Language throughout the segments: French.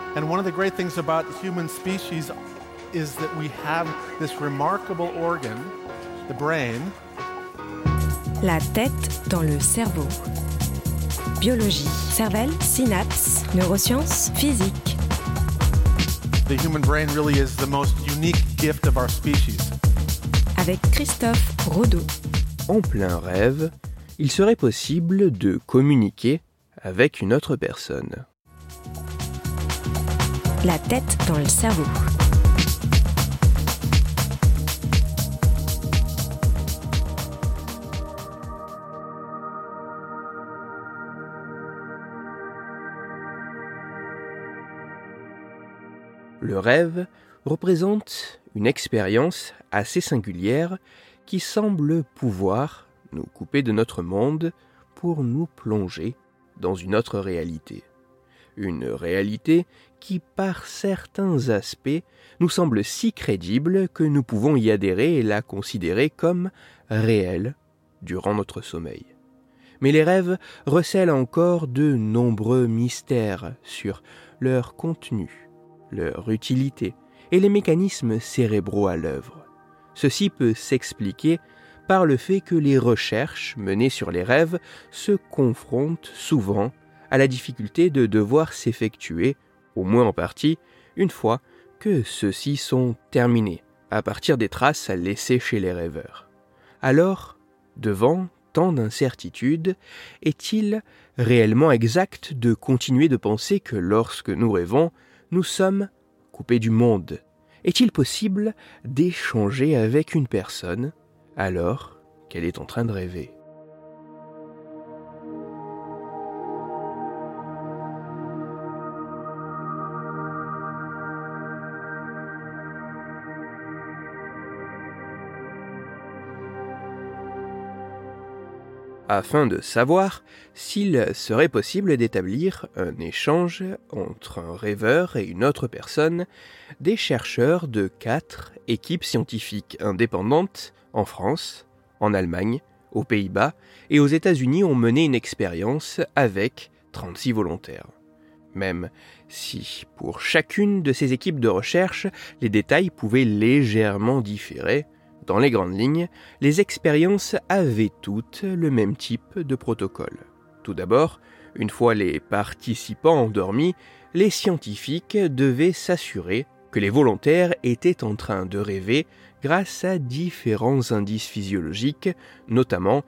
And one of the great things about the human species is that we have this remarkable organ, the brain. La tête dans le cerveau. Biologie, cervelle, synapses, neurosciences, physique. The human brain really is the most unique gift of our species. Avec Christophe Rodeau. En plein rêve, il serait possible de communiquer avec une autre personne. La tête dans le cerveau. Le rêve représente une expérience assez singulière qui semble pouvoir nous couper de notre monde pour nous plonger dans une autre réalité. Une réalité qui, par certains aspects, nous semble si crédible que nous pouvons y adhérer et la considérer comme réelle durant notre sommeil. Mais les rêves recèlent encore de nombreux mystères sur leur contenu, leur utilité et les mécanismes cérébraux à l'œuvre. Ceci peut s'expliquer par le fait que les recherches menées sur les rêves se confrontent souvent à la difficulté de devoir s'effectuer, au moins en partie, une fois que ceux-ci sont terminés, à partir des traces laissées chez les rêveurs. Alors, devant tant d'incertitudes, est-il réellement exact de continuer de penser que lorsque nous rêvons, nous sommes coupés du monde? Est-il possible d'échanger avec une personne alors qu'elle est en train de rêver? Afin de savoir s'il serait possible d'établir un échange entre un rêveur et une autre personne, des chercheurs de 4 équipes scientifiques indépendantes en France, en Allemagne, aux Pays-Bas et aux États-Unis ont mené une expérience avec 36 volontaires. Même si, pour chacune de ces équipes de recherche, les détails pouvaient légèrement différer, dans les grandes lignes, les expériences avaient toutes le même type de protocole. Tout d'abord, une fois les participants endormis, les scientifiques devaient s'assurer que les volontaires étaient en train de rêver grâce à différents indices physiologiques, notamment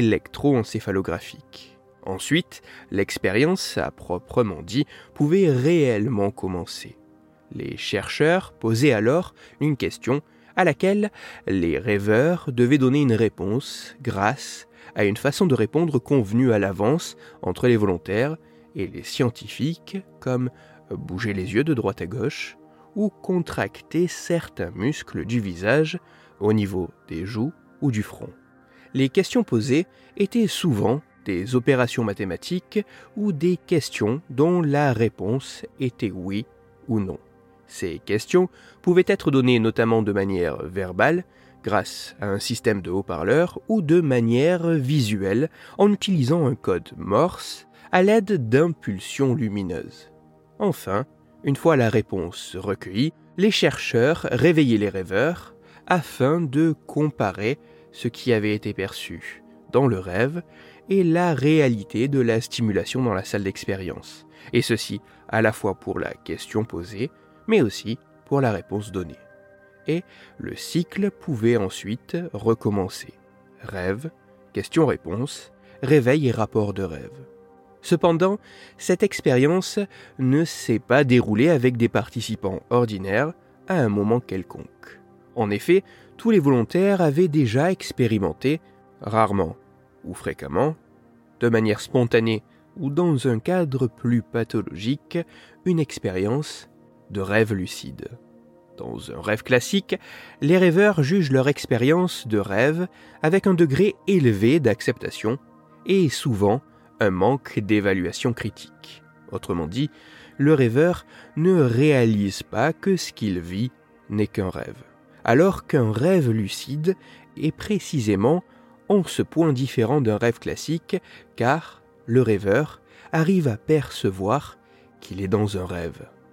électroencéphalographiques. Ensuite, l'expérience, à proprement dit, pouvait réellement commencer. Les chercheurs posaient alors une question à laquelle les rêveurs devaient donner une réponse grâce à une façon de répondre convenue à l'avance entre les volontaires et les scientifiques, comme bouger les yeux de droite à gauche ou contracter certains muscles du visage au niveau des joues ou du front. Les questions posées étaient souvent des opérations mathématiques ou des questions dont la réponse était oui ou non. Ces questions pouvaient être données notamment de manière verbale, grâce à un système de haut-parleurs, ou de manière visuelle, en utilisant un code Morse à l'aide d'impulsions lumineuses. Enfin, une fois la réponse recueillie, les chercheurs réveillaient les rêveurs afin de comparer ce qui avait été perçu dans le rêve et la réalité de la stimulation dans la salle d'expérience, et ceci à la fois pour la question posée, mais aussi pour la réponse donnée. Et le cycle pouvait ensuite recommencer. Rêve, question-réponse, réveil et rapport de rêve. Cependant, cette expérience ne s'est pas déroulée avec des participants ordinaires à un moment quelconque. En effet, tous les volontaires avaient déjà expérimenté, rarement ou fréquemment, de manière spontanée ou dans un cadre plus pathologique, une expérience de rêve lucide. Dans un rêve classique, les rêveurs jugent leur expérience de rêve avec un degré élevé d'acceptation et souvent un manque d'évaluation critique. Autrement dit, le rêveur ne réalise pas que ce qu'il vit n'est qu'un rêve, alors qu'un rêve lucide est précisément en ce point différent d'un rêve classique, car le rêveur arrive à percevoir qu'il est dans un rêve.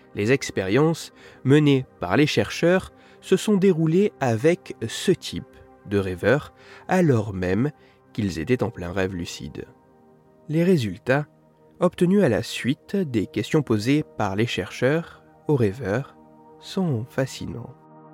Les expériences menées par les chercheurs se sont déroulées avec ce type de rêveurs, alors même qu'ils étaient en plein rêve lucide. Les résultats, obtenus à la suite des questions posées par les chercheurs aux rêveurs, sont fascinants.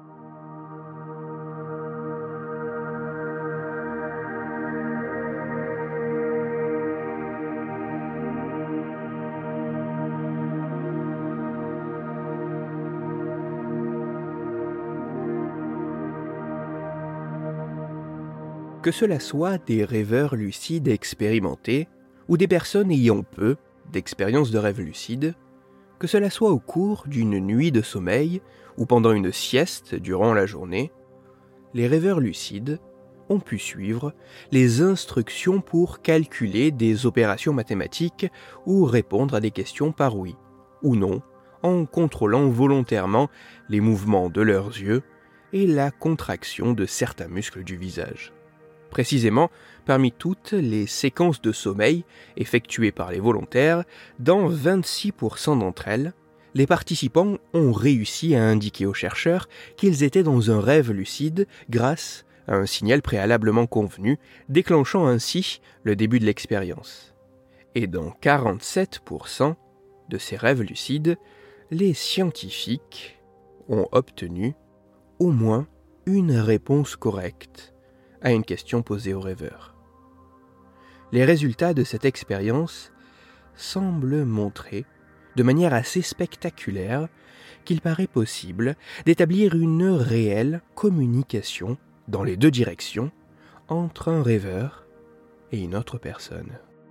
Que cela soit des rêveurs lucides expérimentés ou des personnes ayant peu d'expérience de rêve lucide, que cela soit au cours d'une nuit de sommeil ou pendant une sieste durant la journée, les rêveurs lucides ont pu suivre les instructions pour calculer des opérations mathématiques ou répondre à des questions par oui ou non, en contrôlant volontairement les mouvements de leurs yeux et la contraction de certains muscles du visage. Précisément, parmi toutes les séquences de sommeil effectuées par les volontaires, dans 26% d'entre elles, les participants ont réussi à indiquer aux chercheurs qu'ils étaient dans un rêve lucide grâce à un signal préalablement convenu, déclenchant ainsi le début de l'expérience. Et dans 47% de ces rêves lucides, les scientifiques ont obtenu au moins une réponse correcte à une question posée aux rêveurs. Les résultats de cette expérience semblent montrer, de manière assez spectaculaire, qu'il paraît possible d'établir une réelle communication dans les deux directions entre un rêveur et une autre personne.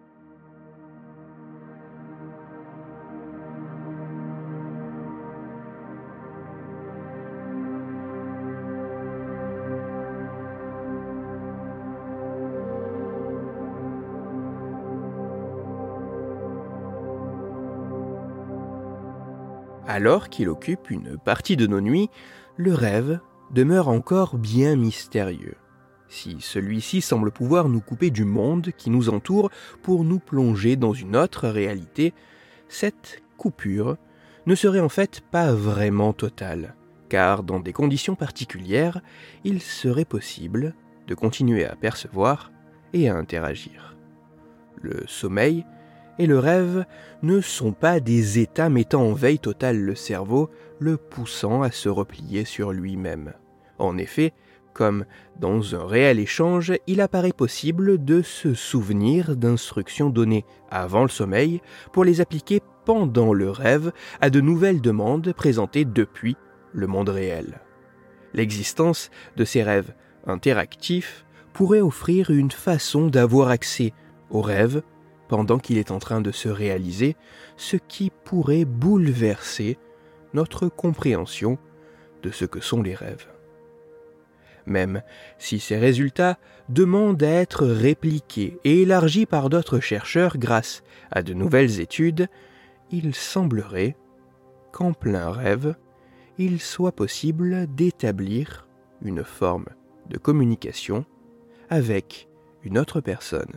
Alors qu'il occupe une partie de nos nuits, le rêve demeure encore bien mystérieux. Si celui-ci semble pouvoir nous couper du monde qui nous entoure pour nous plonger dans une autre réalité, cette coupure ne serait en fait pas vraiment totale, car dans des conditions particulières, il serait possible de continuer à percevoir et à interagir. Le sommeil et le rêve ne sont pas des états mettant en veille totale le cerveau, le poussant à se replier sur lui-même. En effet, comme dans un réel échange, il apparaît possible de se souvenir d'instructions données avant le sommeil pour les appliquer pendant le rêve à de nouvelles demandes présentées depuis le monde réel. L'existence de ces rêves interactifs pourrait offrir une façon d'avoir accès au rêve pendant qu'il est en train de se réaliser, ce qui pourrait bouleverser notre compréhension de ce que sont les rêves. Même si ces résultats demandent à être répliqués et élargis par d'autres chercheurs grâce à de nouvelles études, il semblerait qu'en plein rêve, il soit possible d'établir une forme de communication avec une autre personne.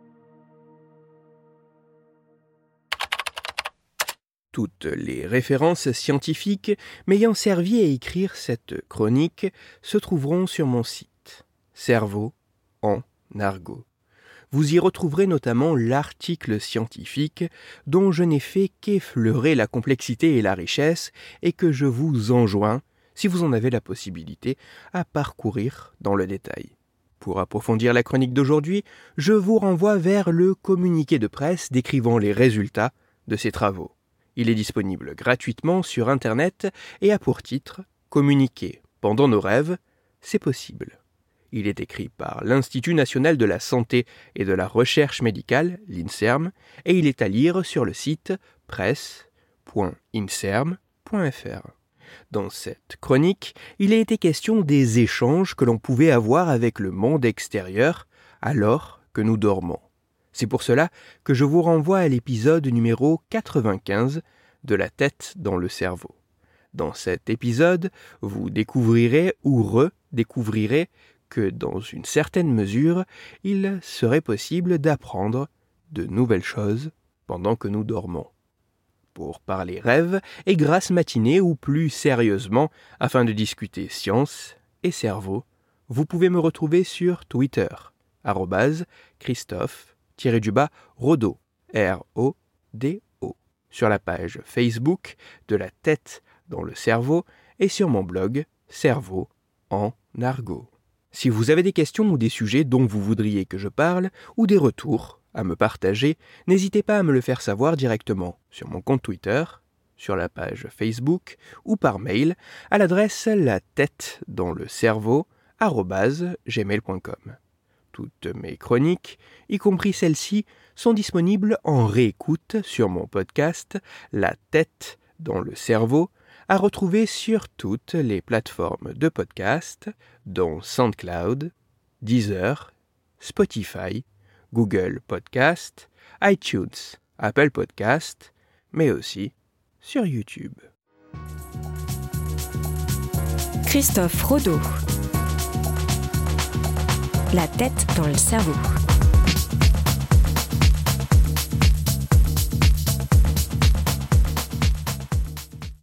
Toutes les références scientifiques m'ayant servi à écrire cette chronique se trouveront sur mon site, Cerveau en argot. Vous y retrouverez notamment l'article scientifique dont je n'ai fait qu'effleurer la complexité et la richesse et que je vous enjoins, si vous en avez la possibilité, à parcourir dans le détail. Pour approfondir la chronique d'aujourd'hui, je vous renvoie vers le communiqué de presse décrivant les résultats de ces travaux. Il est disponible gratuitement sur Internet et a pour titre « Communiquer pendant nos rêves, c'est possible ». Il est écrit par l'Institut national de la santé et de la recherche médicale, l'INSERM, et il est à lire sur le site presse.inserm.fr. Dans cette chronique, il a été question des échanges que l'on pouvait avoir avec le monde extérieur alors que nous dormons. C'est pour cela que je vous renvoie à l'épisode numéro 95 de La tête dans le cerveau. Dans cet épisode, vous découvrirez ou redécouvrirez que dans une certaine mesure, il serait possible d'apprendre de nouvelles choses pendant que nous dormons. pour parler rêve et grasse matinée ou plus sérieusement afin de discuter science et cerveau, vous pouvez me retrouver sur Twitter, @Christophe_Rodo, R-O-D-O, sur la page Facebook de La Tête dans le Cerveau et sur mon blog Cerveau en argot. Si vous avez des questions ou des sujets dont vous voudriez que je parle ou des retours à me partager, n'hésitez pas à me le faire savoir directement sur mon compte Twitter, sur la page Facebook ou par mail à l'adresse latettedanslecerveau@gmail.com. Toutes mes chroniques, y compris celles-ci, sont disponibles en réécoute sur mon podcast La Tête dans le Cerveau, à retrouver sur toutes les plateformes de podcast, dont SoundCloud, Deezer, Spotify, Google Podcast, iTunes, Apple Podcast, mais aussi sur YouTube. Christophe Rodo. La tête dans le cerveau.